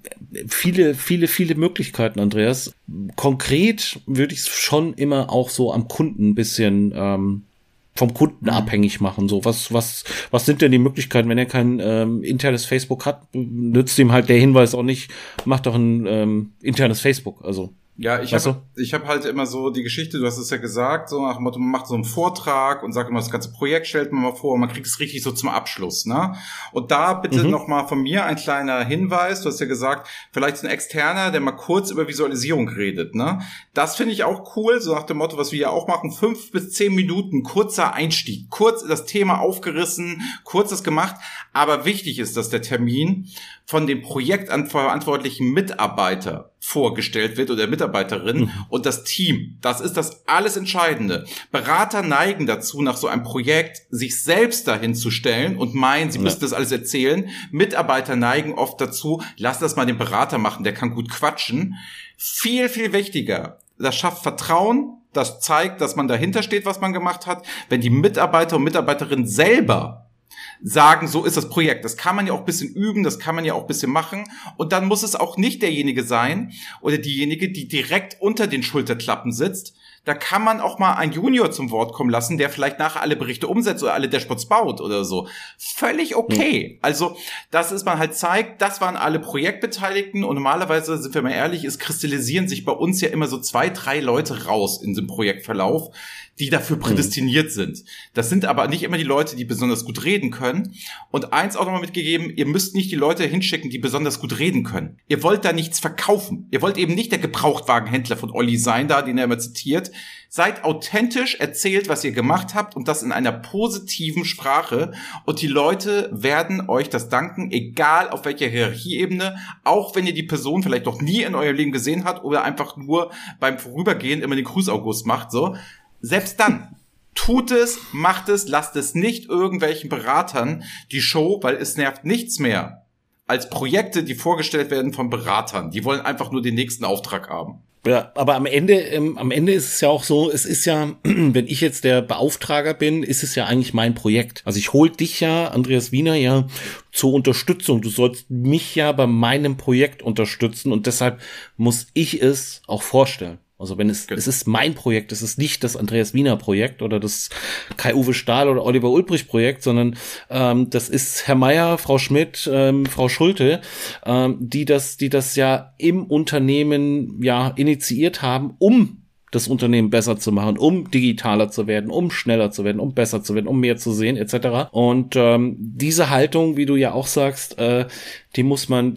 viele Möglichkeiten, Andreas. Konkret würde ich es schon immer auch so am Kunden ein bisschen vom Kunden abhängig machen. So, was sind denn die Möglichkeiten, wenn er kein internes Facebook hat, nützt ihm halt der Hinweis auch nicht, mach doch ein internes Facebook. Also ja, ich hab halt immer so die Geschichte, du hast es ja gesagt, so nach dem Motto, man macht so einen Vortrag und sagt immer, das ganze Projekt stellt man mal vor und man kriegt es richtig so zum Abschluss, ne? Und da bitte noch mal von mir ein kleiner Hinweis, du hast ja gesagt, vielleicht ein Externer, der mal kurz über Visualisierung redet, ne? Das finde ich auch cool, so nach dem Motto, was wir ja auch machen, 5 bis 10 Minuten, kurzer Einstieg, kurz das Thema aufgerissen, kurz das gemacht, aber wichtig ist, dass der Termin von dem projektverantwortlichen Mitarbeiter vorgestellt wird oder Mitarbeiterin und das Team. Das ist das alles Entscheidende. Berater neigen dazu, nach so einem Projekt sich selbst dahin zu stellen und meinen, sie müssen das alles erzählen. Mitarbeiter neigen oft dazu, lass das mal den Berater machen, der kann gut quatschen. Viel, viel wichtiger. Das schafft Vertrauen. Das zeigt, dass man dahinter steht, was man gemacht hat. Wenn die Mitarbeiter und Mitarbeiterinnen selber sagen, so ist das Projekt. Das kann man ja auch ein bisschen üben, das kann man ja auch ein bisschen machen. Und dann muss es auch nicht derjenige sein oder diejenige, die direkt unter den Schulterklappen sitzt. Da kann man auch mal einen Junior zum Wort kommen lassen, der vielleicht nachher alle Berichte umsetzt oder alle Dashboards baut oder so. Völlig okay. Also, das ist, man halt zeigt, das waren alle Projektbeteiligten und normalerweise, sind wir mal ehrlich, es kristallisieren sich bei uns ja immer so 2, 3 Leute raus in dem Projektverlauf, die dafür prädestiniert sind. Das sind aber nicht immer die Leute, die besonders gut reden können. Und eins auch nochmal mitgegeben, ihr müsst nicht die Leute hinschicken, die besonders gut reden können. Ihr wollt da nichts verkaufen. Ihr wollt eben nicht der Gebrauchtwagenhändler von Olli sein, da, den er immer zitiert. Seid authentisch, erzählt, was ihr gemacht habt und das in einer positiven Sprache. Und die Leute werden euch das danken, egal auf welcher Hierarchieebene, auch wenn ihr die Person vielleicht noch nie in eurem Leben gesehen habt oder einfach nur beim Vorübergehen immer den Grußaugust macht, so. Selbst dann, tut es, macht es, lasst es nicht irgendwelchen Beratern die Show, weil es nervt nichts mehr als Projekte, die vorgestellt werden von Beratern. Die wollen einfach nur den nächsten Auftrag haben. Ja, aber am Ende ist es ja auch so, es ist ja, wenn ich jetzt der Beauftrager bin, ist es ja eigentlich mein Projekt. Also ich hol dich ja, Andreas Wiener, ja zur Unterstützung. Du sollst mich ja bei meinem Projekt unterstützen und deshalb muss ich es auch vorstellen. Also wenn es ist mein Projekt, es ist nicht das Andreas Wiener Projekt oder das Kai-Uwe Stahl oder Oliver Ulbricht Projekt, sondern das ist Herr Meier, Frau Schmidt, Frau Schulte, die das ja im Unternehmen ja initiiert haben, um das Unternehmen besser zu machen, um digitaler zu werden, um schneller zu werden, um besser zu werden, um mehr zu sehen, etc. Und diese Haltung, wie du ja auch sagst, die muss man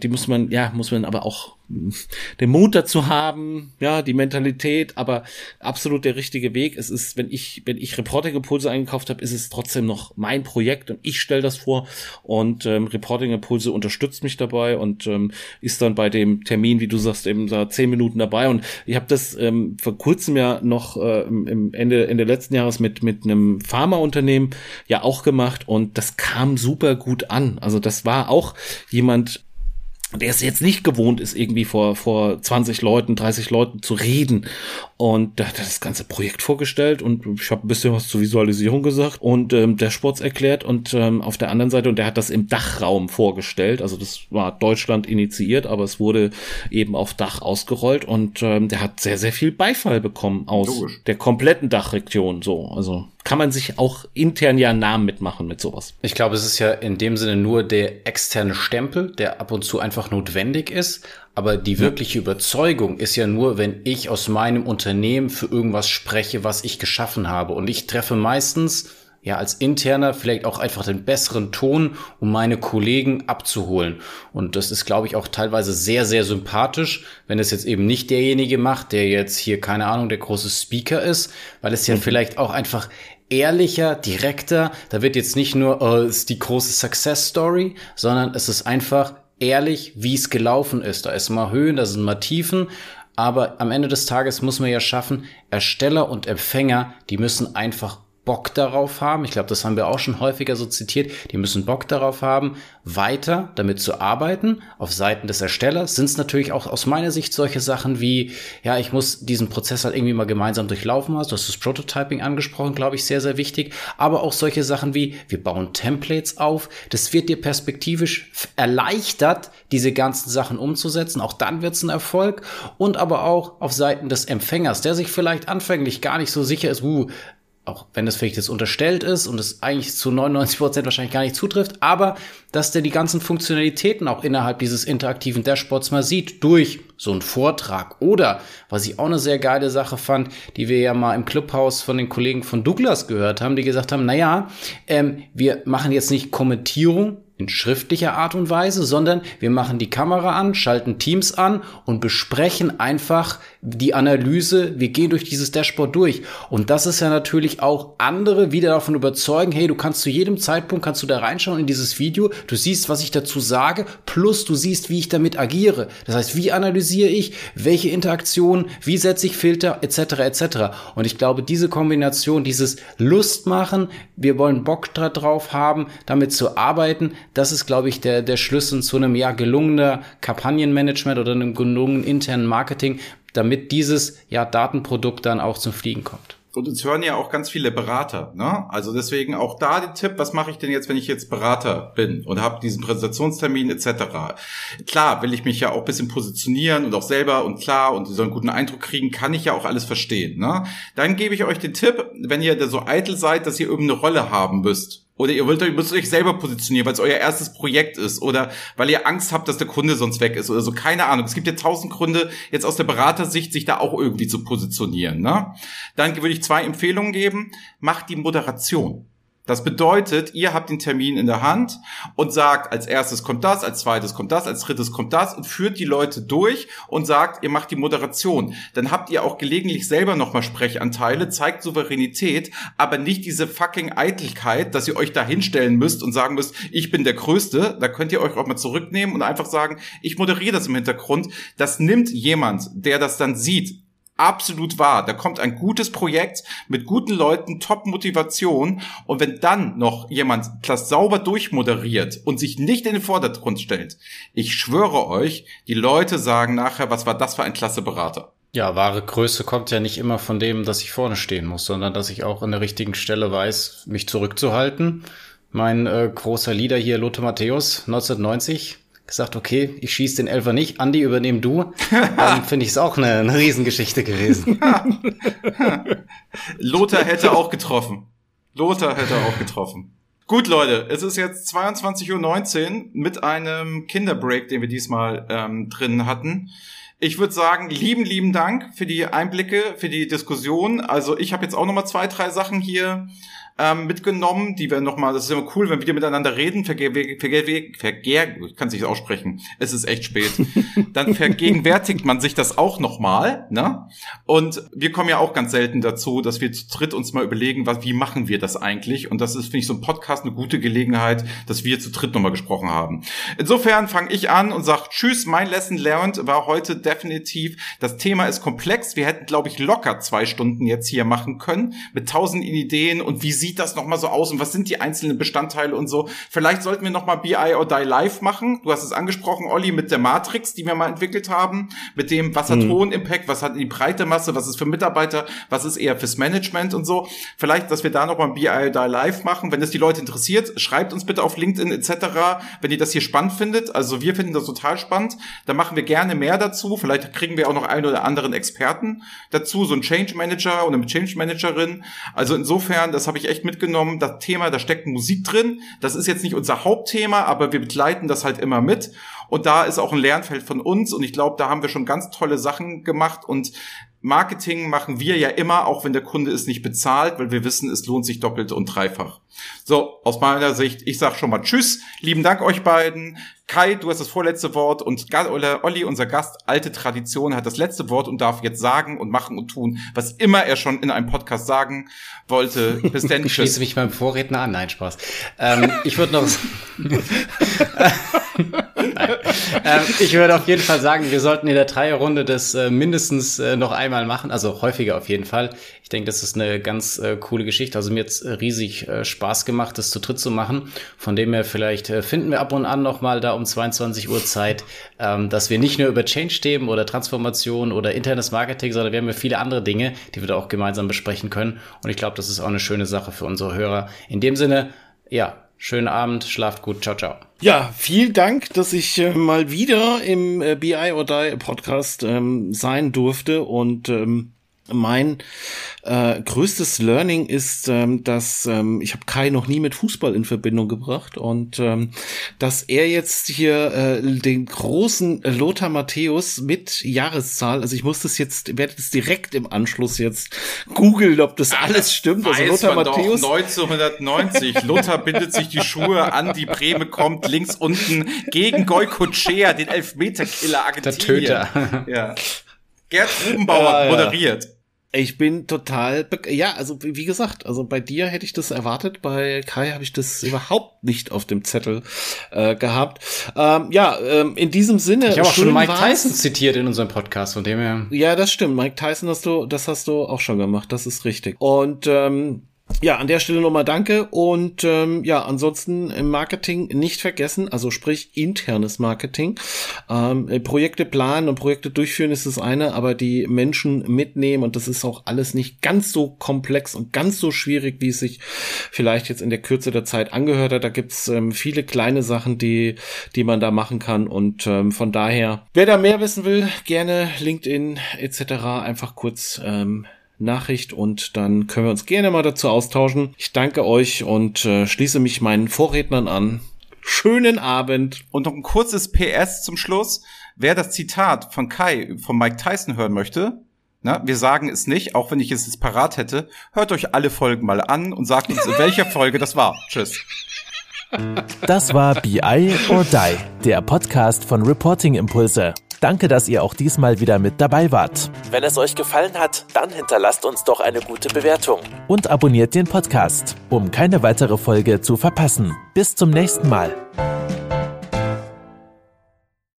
aber auch den Mut dazu haben, ja, die Mentalität, aber absolut der richtige Weg. Es ist, wenn ich Reporting-Impulse eingekauft habe, ist es trotzdem noch mein Projekt und ich stelle das vor und Reporting-Impulse unterstützt mich dabei und ist dann bei dem Termin, wie du sagst, eben da 10 Minuten dabei und ich habe das vor kurzem ja noch im Ende letzten Jahres mit einem Pharmaunternehmen ja auch gemacht und das kam super gut an. Also das war auch jemand, der es jetzt nicht gewohnt ist, irgendwie vor 20 Leuten, 30 Leuten zu reden. Und da hat er das ganze Projekt vorgestellt und ich habe ein bisschen was zur Visualisierung gesagt und Dashboards erklärt und auf der anderen Seite, und der hat das im Dachraum vorgestellt, also das war Deutschland initiiert, aber es wurde eben auf Dach ausgerollt und der hat sehr, sehr viel Beifall bekommen aus der kompletten Dachregion, so, also kann man sich auch intern ja einen Namen mitmachen mit sowas. Ich glaube, es ist ja in dem Sinne nur der externe Stempel, der ab und zu einfach notwendig ist. Aber die wirkliche Überzeugung ist ja nur, wenn ich aus meinem Unternehmen für irgendwas spreche, was ich geschaffen habe. Und ich treffe meistens ja als Interner vielleicht auch einfach den besseren Ton, um meine Kollegen abzuholen. Und das ist, glaube ich, auch teilweise sehr, sehr sympathisch, wenn es jetzt eben nicht derjenige macht, der jetzt hier, keine Ahnung, der große Speaker ist, weil es ja vielleicht auch einfach ehrlicher, direkter, da wird jetzt nicht nur, es ist die große Success Story, sondern es ist einfach ehrlich, wie es gelaufen ist. Da ist mal Höhen, da sind mal Tiefen, aber am Ende des Tages muss man ja schaffen, Ersteller und Empfänger, die müssen einfach Bock darauf haben, ich glaube, das haben wir auch schon häufiger so zitiert, die müssen Bock darauf haben, weiter damit zu arbeiten. Auf Seiten des Erstellers sind es natürlich auch aus meiner Sicht solche Sachen wie, ja, ich muss diesen Prozess halt irgendwie mal gemeinsam durchlaufen. Du hast das Prototyping angesprochen, glaube ich, sehr, sehr wichtig. Aber auch solche Sachen wie, wir bauen Templates auf. Das wird dir perspektivisch erleichtert, diese ganzen Sachen umzusetzen. Auch dann wird es ein Erfolg. Und aber auch auf Seiten des Empfängers, der sich vielleicht anfänglich gar nicht so sicher ist, auch wenn das vielleicht jetzt unterstellt ist und es eigentlich zu 99% wahrscheinlich gar nicht zutrifft, aber dass der die ganzen Funktionalitäten auch innerhalb dieses interaktiven Dashboards mal sieht durch so einen Vortrag. Oder, was ich auch eine sehr geile Sache fand, die wir ja mal im Clubhouse von den Kollegen von Douglas gehört haben, die gesagt haben, wir machen jetzt nicht Kommentierung in schriftlicher Art und Weise, sondern wir machen die Kamera an, schalten Teams an und besprechen einfach die Analyse. Wir gehen durch dieses Dashboard durch. Und das ist ja natürlich auch andere wieder davon überzeugen, hey, du kannst zu jedem Zeitpunkt, kannst du da reinschauen in dieses Video, du siehst, was ich dazu sage, plus du siehst, wie ich damit agiere. Das heißt, wie analysiere ich, welche Interaktion, wie setze ich Filter, etc., etc. Und ich glaube, diese Kombination, dieses Lustmachen, wir wollen Bock drauf haben, damit zu arbeiten, das ist, glaube ich, der Schlüssel zu einem gelungener Kampagnenmanagement oder einem gelungenen internen Marketing, damit dieses Datenprodukt dann auch zum Fliegen kommt. Und uns hören ja auch ganz viele Berater, ne? Also deswegen auch da der Tipp, was mache ich denn jetzt, wenn ich jetzt Berater bin und habe diesen Präsentationstermin etc. Klar, will ich mich ja auch ein bisschen positionieren und auch selber und klar und so einen guten Eindruck kriegen, kann ich ja auch alles verstehen, ne? Dann gebe ich euch den Tipp, wenn ihr da so eitel seid, dass ihr irgendeine Rolle haben müsst. Oder ihr müsst euch selber positionieren, weil es euer erstes Projekt ist oder weil ihr Angst habt, dass der Kunde sonst weg ist oder so. Keine Ahnung. Es gibt ja 1000 Gründe, jetzt aus der Beratersicht, sich da auch irgendwie zu positionieren, ne? Dann würde ich 2 Empfehlungen geben. Macht die Moderation. Das bedeutet, ihr habt den Termin in der Hand und sagt, als erstes kommt das, als zweites kommt das, als drittes kommt das und führt die Leute durch und sagt, ihr macht die Moderation. Dann habt ihr auch gelegentlich selber nochmal Sprechanteile, zeigt Souveränität, aber nicht diese fucking Eitelkeit, dass ihr euch da hinstellen müsst und sagen müsst, ich bin der Größte. Da könnt ihr euch auch mal zurücknehmen und einfach sagen, ich moderiere das im Hintergrund. Das nimmt jemand, der das dann sieht, absolut wahr. Da kommt ein gutes Projekt mit guten Leuten, Top-Motivation und wenn dann noch jemand das sauber durchmoderiert und sich nicht in den Vordergrund stellt, ich schwöre euch, die Leute sagen nachher, was war das für ein klasse Berater. Ja, wahre Größe kommt ja nicht immer von dem, dass ich vorne stehen muss, sondern dass ich auch an der richtigen Stelle weiß, mich zurückzuhalten. Mein großer Leader hier, Lothar Matthäus, 1990, gesagt, okay, ich schieße den Elfer nicht, Andi, übernehm du. Dann finde ich es auch eine Riesengeschichte gewesen. Lothar hätte auch getroffen. Gut, Leute, es ist jetzt 22:19 Uhr mit einem Kinderbreak, den wir diesmal drin hatten. Ich würde sagen, lieben Dank für die Einblicke, für die Diskussion. Also ich habe jetzt auch nochmal 2, 3 Sachen hier mitgenommen, die wir nochmal, das ist immer cool, wenn wir miteinander reden, ich kann es nicht aussprechen, es ist echt spät, dann vergegenwärtigt man sich das auch nochmal, ne? Und wir kommen ja auch ganz selten dazu, dass wir zu dritt uns mal überlegen, wie machen wir das eigentlich? Und das ist, finde ich, so ein Podcast eine gute Gelegenheit, dass wir zu dritt nochmal gesprochen haben. Insofern fange ich an und sage, tschüss, mein Lesson learned war heute definitiv, das Thema ist komplex, wir hätten, glaube ich, locker 2 Stunden jetzt hier machen können, mit 1000 Ideen und Visionen sieht das nochmal so aus und was sind die einzelnen Bestandteile und so. Vielleicht sollten wir nochmal BI or Die live machen. Du hast es angesprochen, Olli, mit der Matrix, die wir mal entwickelt haben, mit dem, was hat hohen Impact, was hat die breite Masse, was ist für Mitarbeiter, was ist eher fürs Management und so. Vielleicht, dass wir da nochmal BI or Die live machen. Wenn es die Leute interessiert, schreibt uns bitte auf LinkedIn etc., wenn ihr das hier spannend findet. Also wir finden das total spannend. Da machen wir gerne mehr dazu. Vielleicht kriegen wir auch noch einen oder anderen Experten dazu, so ein Change Manager oder eine Change Managerin. Also insofern, das habe ich echt mitgenommen. Das Thema, da steckt Musik drin. Das ist jetzt nicht unser Hauptthema, aber wir begleiten das halt immer mit. Und da ist auch ein Lernfeld von uns. Und ich glaube, da haben wir schon ganz tolle Sachen gemacht. Und Marketing machen wir ja immer, auch wenn der Kunde es nicht bezahlt, weil wir wissen, es lohnt sich doppelt und dreifach. So, aus meiner Sicht, ich sag schon mal Tschüss, lieben Dank euch beiden. Kai, du hast das vorletzte Wort und Olli, unser Gast, alte Tradition, hat das letzte Wort und darf jetzt sagen und machen und tun, was immer er schon in einem Podcast sagen wollte. Bis dann, ich schließe mich meinem Vorredner an. Nein, Spaß. Ich würde noch... ich würde auf jeden Fall sagen, wir sollten in der Dreierrunde das mindestens noch einmal machen, also häufiger auf jeden Fall. Ich denke, das ist eine ganz coole Geschichte. Also mir hat's riesig Spaß gemacht, das zu dritt zu machen. Von dem her vielleicht finden wir ab und an noch mal da um 22 Uhr Zeit, dass wir nicht nur über Change-Themen oder Transformation oder internes Marketing, sondern wir haben ja viele andere Dinge, die wir da auch gemeinsam besprechen können. Und ich glaube, das ist auch eine schöne Sache für unsere Hörer. In dem Sinne, ja, schönen Abend, schlaft gut, ciao, ciao. Ja, vielen Dank, dass ich mal wieder im BI or Die Podcast sein durfte und mein größtes Learning ist, dass ich habe Kai noch nie mit Fußball in Verbindung gebracht und dass er jetzt hier den großen Lothar Matthäus mit Jahreszahl, also ich muss das jetzt, werde das direkt im Anschluss jetzt googeln, ob das alles stimmt. Also Lothar Matthäus 1990, Lothar bindet sich die Schuhe an, die Breme kommt links unten gegen Goycochea, den Elfmeterkiller Argentinien. Der Töter. Ja. Gerd Rubenbauer moderiert. Ich bin total, also wie gesagt, also bei dir hätte ich das erwartet, bei Kai habe ich das überhaupt nicht auf dem Zettel gehabt. In diesem Sinne. Ich habe auch schon Mike Tyson zitiert in unserem Podcast, von dem her. Ja, das stimmt. Mike Tyson hast du auch schon gemacht, das ist richtig. Und ja, an der Stelle nochmal danke und ansonsten im Marketing nicht vergessen, also sprich internes Marketing. Projekte planen und Projekte durchführen ist das eine, aber die Menschen mitnehmen und das ist auch alles nicht ganz so komplex und ganz so schwierig, wie es sich vielleicht jetzt in der Kürze der Zeit angehört hat. Da gibt's viele kleine Sachen, die man da machen kann und von daher, wer da mehr wissen will, gerne LinkedIn etc. einfach kurz Nachricht und dann können wir uns gerne mal dazu austauschen. Ich danke euch und schließe mich meinen Vorrednern an. Schönen Abend. Und noch ein kurzes PS zum Schluss. Wer das Zitat von Kai, von Mike Tyson hören möchte, wir sagen es nicht, auch wenn ich es jetzt parat hätte, hört euch alle Folgen mal an und sagt uns, in welcher Folge das war. Tschüss. Das war BI or Die, der Podcast von Reporting Impulse. Danke, dass ihr auch diesmal wieder mit dabei wart. Wenn es euch gefallen hat, dann hinterlasst uns doch eine gute Bewertung. Und abonniert den Podcast, um keine weitere Folge zu verpassen. Bis zum nächsten Mal.